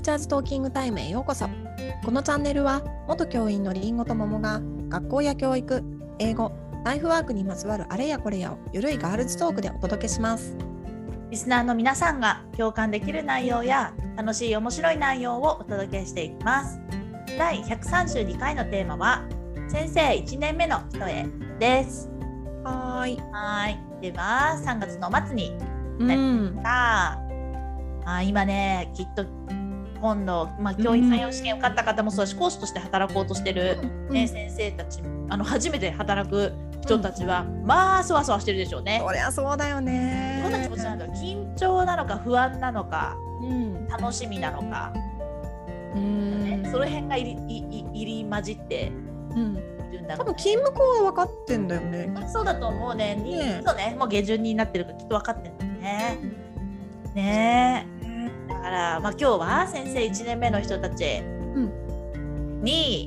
チャーズトーキングタイムへようこそ。このチャンネルは元教員のりんごと桃が学校や教育、英語、ライフワークにまつわるあれやこれやをゆるいガールズトークでお届けします。 リスナーの皆さんが共感できる内容や楽しい面白い内容をお届けしていきます。第132回のテーマは先生1年目の人へです。 はい。 では3月の末になりました。今ねきっと今度、教員採用試験受かった方もそうだし、講師として働こうとしてる、先生たち、初めて働く人たちは、そわそわしてるでしょうね。 そりゃそうだよね。 どんな気持ちなのか、緊張なのか不安なのか、楽しみなのか、その辺が入り混じっているんだろうね。 多分勤務校は分かってんだよね。 そうだと思うね。そうね、もう下旬になってるからきっと分かってんだよね。ねえ。だから、今日は先生1年目の人たちに、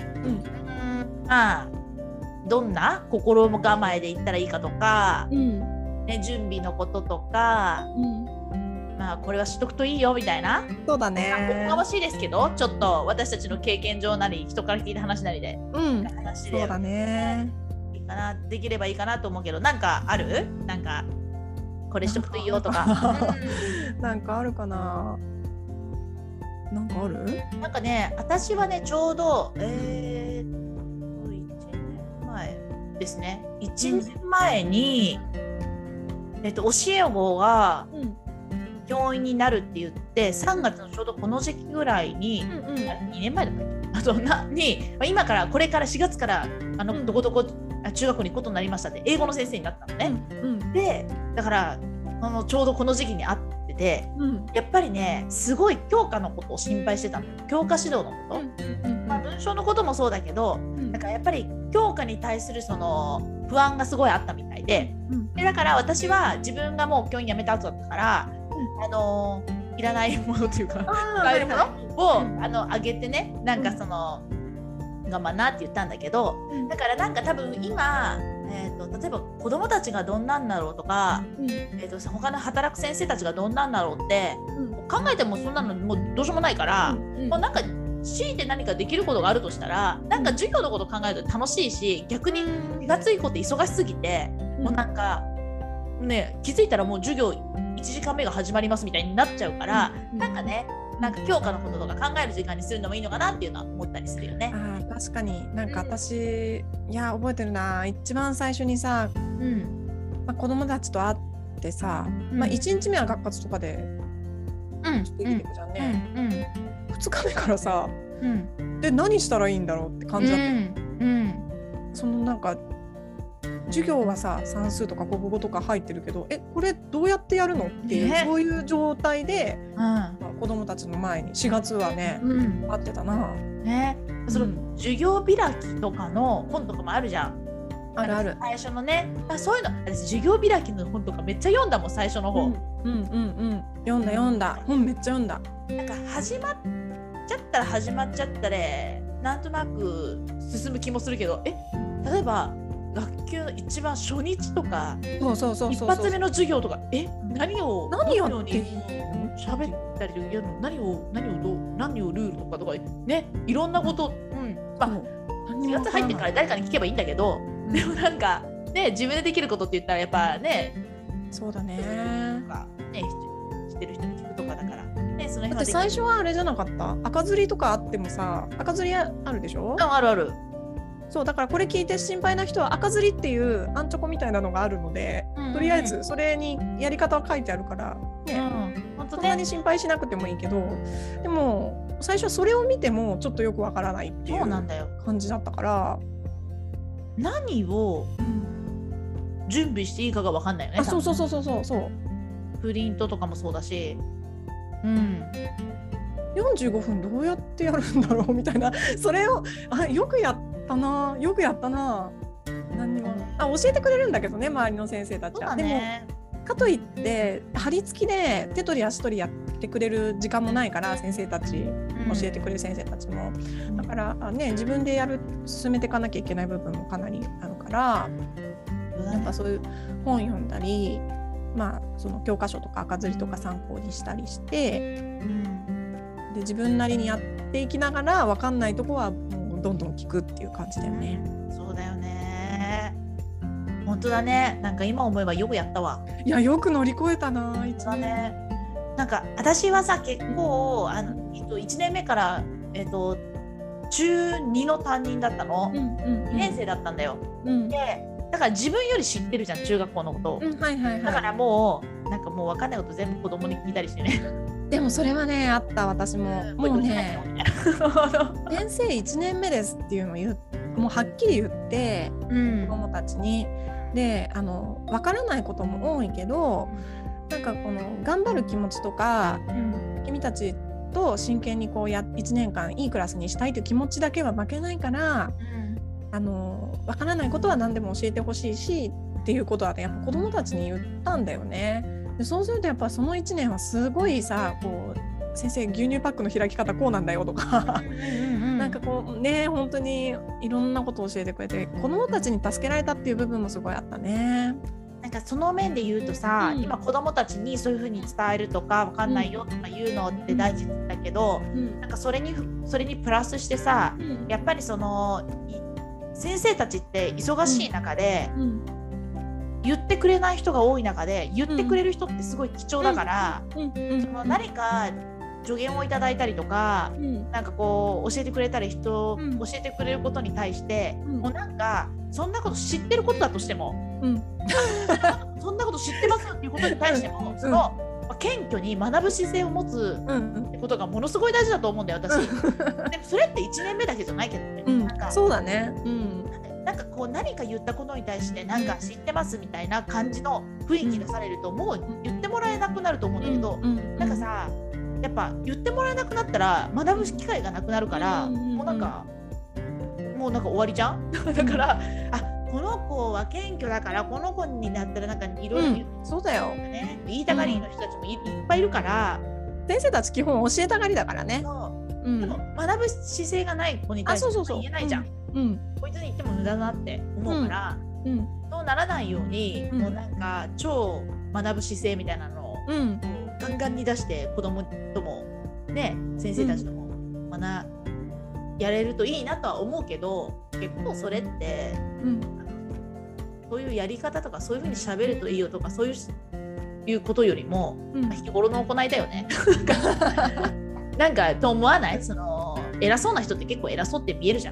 どんな心構えでいったらいいかとか、準備のこととか、これはしとくといいよみたいな。 そうだね。 おこがましいですけど、ちょっと私たちの経験上なり人から聞いた話なりで、話でそうだね。 いいかな、できればいいかなと思うけど、なんかある？なんかこれしとくといいよとか。 なんかあるかな。なんかある？ なんかね、私はね、ちょうど1年前ですね。1年前に、教え子が教員になるって言って、3月のちょうどこの時期ぐらいに、2年前だったっけ？に、今からこれから4月からどこどこ中学校に行くことになりましたって英語の先生になったのね。で、だからちょうどこの時期に会ってて、やっぱりねすごい教科のことを心配してたのよ。教科指導のこと、文章のこともそうだけど、だからやっぱり教科に対するその不安がすごいあったみたいで、だから私は自分がもう教員辞めた後だったから、いらないものというか使えるものをあげてね、なんかその我慢なって言ったんだけど、だからなんか多分今、例えば子どもたちがどんなんだろうとか、他の働く先生たちがどんなんだろうって、考えてもそんなのもうどうしようもないから、もうなんか強いて何かできることがあるとしたら、なんか授業のこと考えると楽しいし、逆に気がついこと忙しすぎて、もうなんかね、気づいたらもう授業1時間目が始まりますみたいになっちゃうから、なんかね、なんか教科のこととか考える時間にするのもいいのかなっていうのは思ったりするよね。 確かに。なんか私、覚えてるな。一番最初にさ、子供たちと会ってさ、1日目は学活とかでしてきてくじゃんね。2日目からさ、で何したらいいんだろうって感じだった。そのなんか授業はさ、算数とか国語とか入ってるけど、これどうやってやるのっていう、そういう状態で、子どもたちの前に4月はね、会ってたな。 その授業開きとかの本とかもあるじゃん。 あるある。 最初のね、そういうの、私授業開きの本とかめっちゃ読んだもん、最初の方。 読んだ。本めっちゃ読んだ。 なんか始まっちゃったら、なんとなく進む気もするけど、例えば学級の一番初日とか、一発目の授業とか、何をに喋ったりやるの、何をルールとかね、いろんなこと、4月入ってから誰かに聞けばいいんだけど、でもなんかね、自分でできることって言ったらやっぱね、 そうだね。 知ってる人に聞くとかだからね、その辺は。 だって最初はあれじゃなかった？赤ずりとかあってもさ、赤ずりあるでしょ？ あるある。 そうだからこれ聞いて心配な人は赤ずりっていうアンチョコみたいなのがあるので、とりあえずそれにやり方は書いてあるからね、そんなに心配しなくてもいいけど、でも最初はそれを見てもちょっとよくわからないっていう感じだったから、 何を準備していいかがわかんないよね。 そうプリントとかもそうだし、 45分どうやってやるんだろうみたいな、それをよくやったな。何にも教えてくれるんだけどね、周りの先生たちは。でもかといって張り付きで手取り足取りやってくれる時間もないから、先生たち、教えてくれる先生たちも、だからね、自分で進めていかなきゃいけない部分もかなりあるから、やっぱそういう本読んだり、その教科書とか赤ずりとか参考にしたりして、 で自分なりにやっていきながら分かんないとこはもうどんどん聞くっていう感じだよね。 そうだよね。本当だね。なんか今思えばよくやったわ。 いや、よく乗り越えたな。 1年ね。なんか私はさ、結構1年目から中2の担任だったの、2年生だったんだよ、でだから自分より知ってるじゃん、中学校のことを、だからもうなんかもう分かんないこと全部子供に聞いたりしてね。 でもそれはね、あった。私ももうね先生1年目ですっていうのをもうはっきり言って、子供たちにで分からないことも多いけど、なんかこの頑張る気持ちとか、君たちと真剣にこう1年間いいクラスにしたいという気持ちだけは負けないから、分からないことは何でも教えてほしいしっていうことはね、やっぱ子どもたちに言ったんだよね。でそうするとやっぱその1年はすごいさ、こう先生牛乳パックの開き方こうなんだよとかなんかこうね、本当にいろんなことを教えてくれて、子どもたちに助けられたっていう部分もすごいあったね。 なんかその面で言うとさ、今子どもたちにそういう風に伝えるとか分かんないよとか言うのって大事だけど、なんかそれにプラスしてさ、やっぱりその先生たちって忙しい中で、言ってくれない人が多い中で言ってくれる人ってすごい貴重だから、その何か助言をいただいたりとか、なんかこう教えてくれたり教えてくれることに対して、もうなんかそんなこと知ってることだとしても、そんなこと知ってますっていうことに対しても、その謙虚に学ぶ姿勢を持つってことがものすごい大事だと思うんだよ、私。でもそれって1年目だけじゃないけどね。なんかそうだね。 なんかこう何か言ったことに対してなんか知ってますみたいな感じの雰囲気出されると、もう言ってもらえなくなると思うんだけど、なんかさ、やっぱ言ってもらえなくなったら学ぶ機会がなくなるから、もうなんか終わりじゃん。だからこの子は謙虚だから、この子になったらなんかいろいろそうだよね、言いたがりの人たちもいっぱいいるから、 先生たち基本教えたがりだからね。 でも学ぶ姿勢がない子に対して言えないじゃん。こいつに言っても無駄だなって思うから、そうならないように、もうなんか超学ぶ姿勢みたいなのを、ガンガンに出して子供ともね、先生たちともやれるといいなとは思うけど、結構それって、そういうやり方とかそういう風に喋るといいよとかそういうことよりも、日頃の行いだよね。なんかと思わない？その偉そうな人って結構偉そうって見えるじゃん。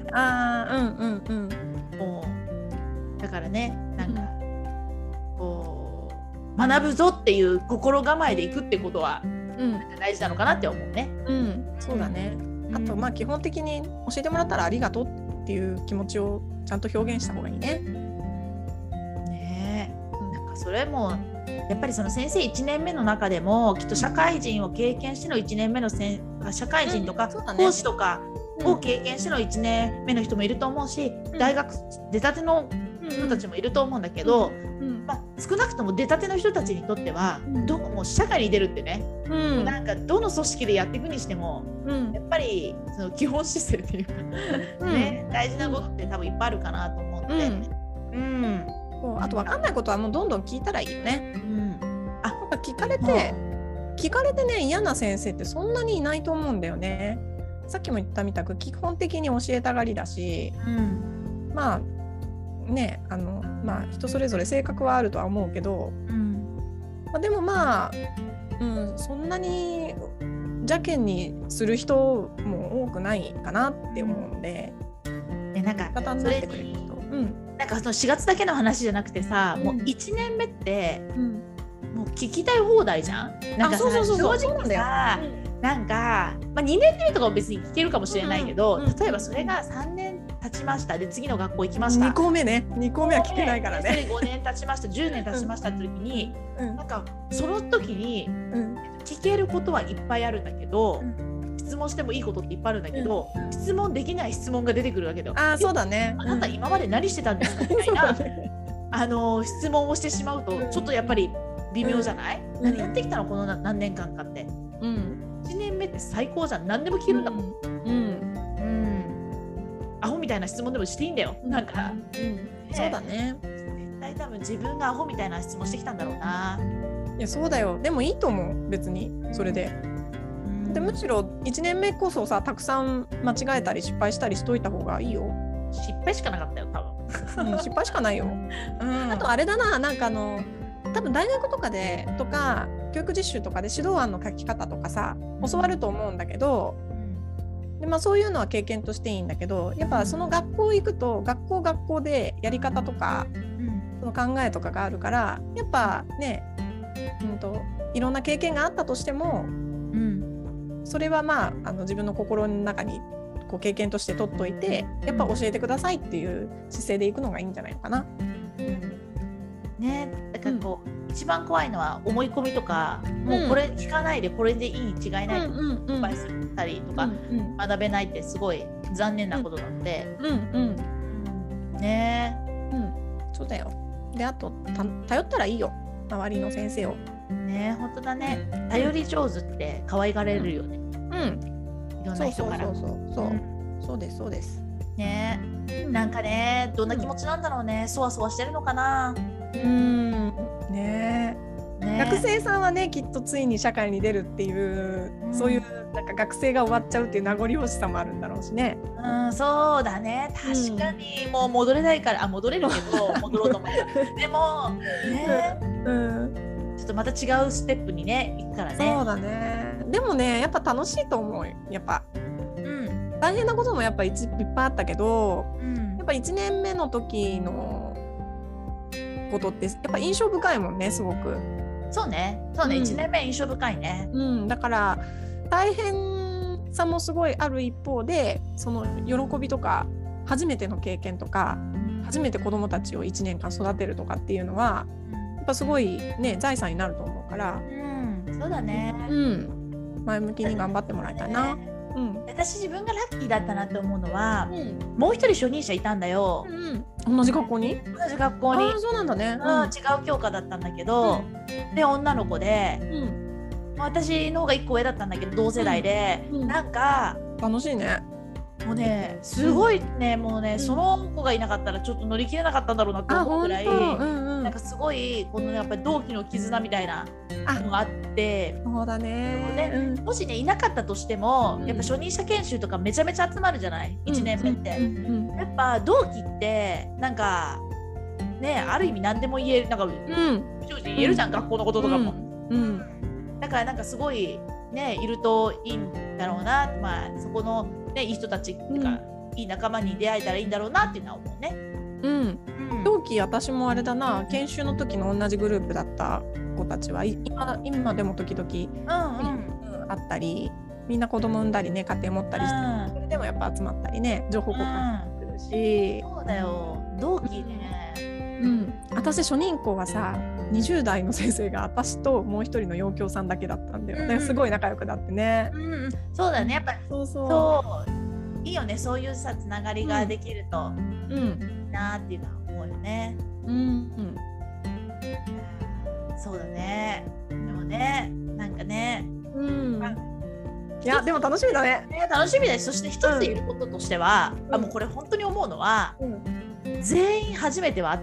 だからね、なんかこう学ぶぞっていう心構えでいくってことは、大事なのかなって思うね。 そうだね。あと基本的に教えてもらったらありがとうっていう気持ちをちゃんと表現した方がいいね。 なんかそれもやっぱりその先生1年目の中でもきっと社会人を経験しての1年目の社会人とか講師とかを経験しての1年目の人もいると思うし、大学出たての人たちもいると思うんだけど、少なくとも出たての人たちにとっては、もう社会に出るってね、なんかどの組織でやっていくにしても、やっぱりその基本姿勢っていうか、大事なことって多分いっぱいあるかなと思って、 あと分かんないことはもうどんどん聞いたらいいよね。聞かれてね、嫌な先生ってそんなにいないと思うんだよね。さっきも言ったみたく基本的に教えたがりだし、人それぞれ性格はあるとは思うけど、でもそんなに邪険にする人も多くないかなって思うんで、 なんかそれになんかその4月だけの話じゃなくてさ、もう1年目って、もう聞きたい放題じゃん。なんかさ、正直さ、なんか、2年目とかは別に聞けるかもしれないけど、例えばそれが3年経ちましたで次の学校行きました、 2校目は聞けないからね。 5年経ちました10年経ちましたって時に、なんかその時に、聞けることはいっぱいあるんだけど、質問してもいいことっていっぱいあるんだけど、質問できない質問が出てくるわけだよ。 そうだね。 あなた今まで何してたんですかみたいな質問をしてしまうとちょっとやっぱり微妙じゃない？何やってきたのこの何年間かって。1年目って最高じゃん。何でも聞けるんだもん。アホみたいな質問でもしていいんだよ。なんか、 そうだね。 絶対多分自分がアホみたいな質問してきたんだろうな。 いやそうだよ。でもいいと思う、別にそれで。 でむしろ1年目こそさ、たくさん間違えたり失敗したりしといた方がいいよ。 失敗しかなかったよ多分、 失敗しかないよ、あとあれだな、なんか多分大学とか教育実習とかで指導案の書き方とかさ教わると思うんだけど、でそういうのは経験としていいんだけど、やっぱその学校行くと学校でやり方とか、その考えとかがあるから、やっぱね、いろんな経験があったとしても、それは自分の心の中に経験として取っといて、やっぱ教えてくださいっていう姿勢でいくのがいいんじゃないのかな。 ね、だから一番怖いのは思い込みとか、もうこれ聞かないでこれでいいに違いないと失敗すたりとか、学べないってすごい残念なことなので、ね、 そうだよ。であと頼ったらいいよ、周りの先生を。 ね、本当だね。頼り上手って可愛がれるよね。いろんな人から。 そうですそうです。 ね、なんかね、どんな気持ちなんだろうね。そわそわしてるのかな。 ね、学生さんはね、きっとついに社会に出るっていう、そういうなんか学生が終わっちゃうっていう名残惜しさもあるんだろうしね。 そうだね、確かに、もう戻れないから、戻れるけど戻ろうと思ったでもね、ちょっとまた違うステップにね行くからね。 そうだね。でもね、やっぱ楽しいと思う。やっぱ、大変なこともやっぱいっぱいあったけど、やっぱ1年目の時のことってやっぱ印象深いもんね、すごく。 そうね、1年目印象深いね。 だから大変さもすごいある一方で、その喜びとか初めての経験とか、初めて子どもたちを1年間育てるとかっていうのは、やっぱすごいね、財産になると思うから、 そうだね、 前向きに頑張ってもらいたいな。 私自分がラッキーだったなって思うのは、もう一人初任者いたんだよ。 同じ学校に？ 同じ学校に。 そうなんだね。 違う教科だったんだけど、で女の子で、私の方が1個上だったんだけど同世代で、なんか楽しいね。 もうね、すごいね、もうね、その子がいなかったらちょっと乗り切れなかったんだろうなって思うぐらい、なんかすごいこのやっぱり同期の絆みたいなのがあって、 そうだね。 もしねいなかったとしても、やっぱ初任者研修とかめちゃめちゃ集まるじゃない、1年目って。やっぱ同期ってなんかね、ある意味何でも言える、なんか正直言えるじゃん、学校のこととかも。だからなんかすごいね、いるといいんだろうな、そこのね、いい人たちとか、いい仲間に出会えたらいいんだろうなっていうのは思うね。同期、私もあれだな、研修の時の同じグループだった子たちは今でも時々あったり、みんな子供産んだりね、家庭持ったりして、それでもやっぱ集まったりね、情報交換するし。 そうだよ、同期ね。 私初任校はさ、20代の先生が私ともう一人の陽教さんだけだったんだよね。すごい仲良くなってね。 そうだね、やっぱりそういいよね、そういうさつながりができるといいなっていうのは思うよね。そうだね。でもね、なんかね、 いやでも楽しみだね。 楽しみです。そして一つ言えることとしては、もうこれ本当に思うのは、全員初めてはあって、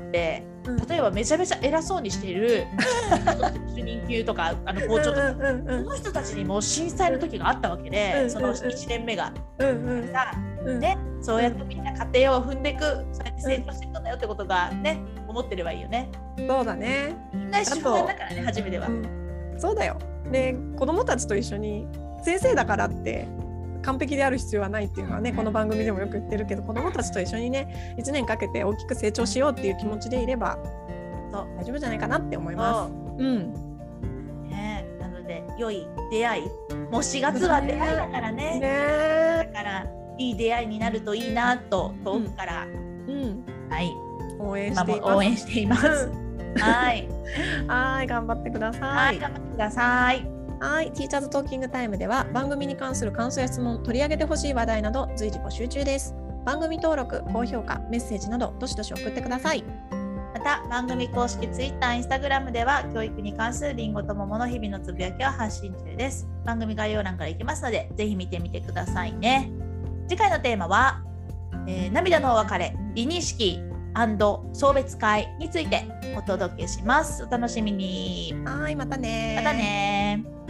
例えばめちゃめちゃ偉そうにしている主任級とか校長とか、その人たちにも震災の時があったわけで、その1年目がさ、そうやってみんな家庭を踏んでいく、そうやって成長していくんだよってことがね、思ってればいいよね。 そうだね。 みんな一緒だからね、初めては。 そうだよ。で、子供たちと一緒に、先生だからって完璧である必要はないっていうのはね、この番組でもよく言ってるけど、子どもたちと一緒にね、1年かけて大きく成長しようっていう気持ちでいれば大丈夫じゃないかなって思います。 なので良い出会い、もう4月は出会いだからね。だからいい出会いになるといいなと遠くから、 応援しています。はい、 頑張ってください。 頑張ってください。 ティーチャーズトーキングタイムでは番組に関する感想や質問、取り上げてほしい話題など随時募集中です。番組登録、高評価、メッセージなどどしどし送ってください。 また番組公式 Twitter、Instagram では教育に関するりんごと桃の日々のつぶやきを発信中です。番組概要欄から行きますのでぜひ見てみてくださいね。次回のテーマは、涙のお別れ、離任式&送別会についてお届けします。お楽しみに。 またね。 またね。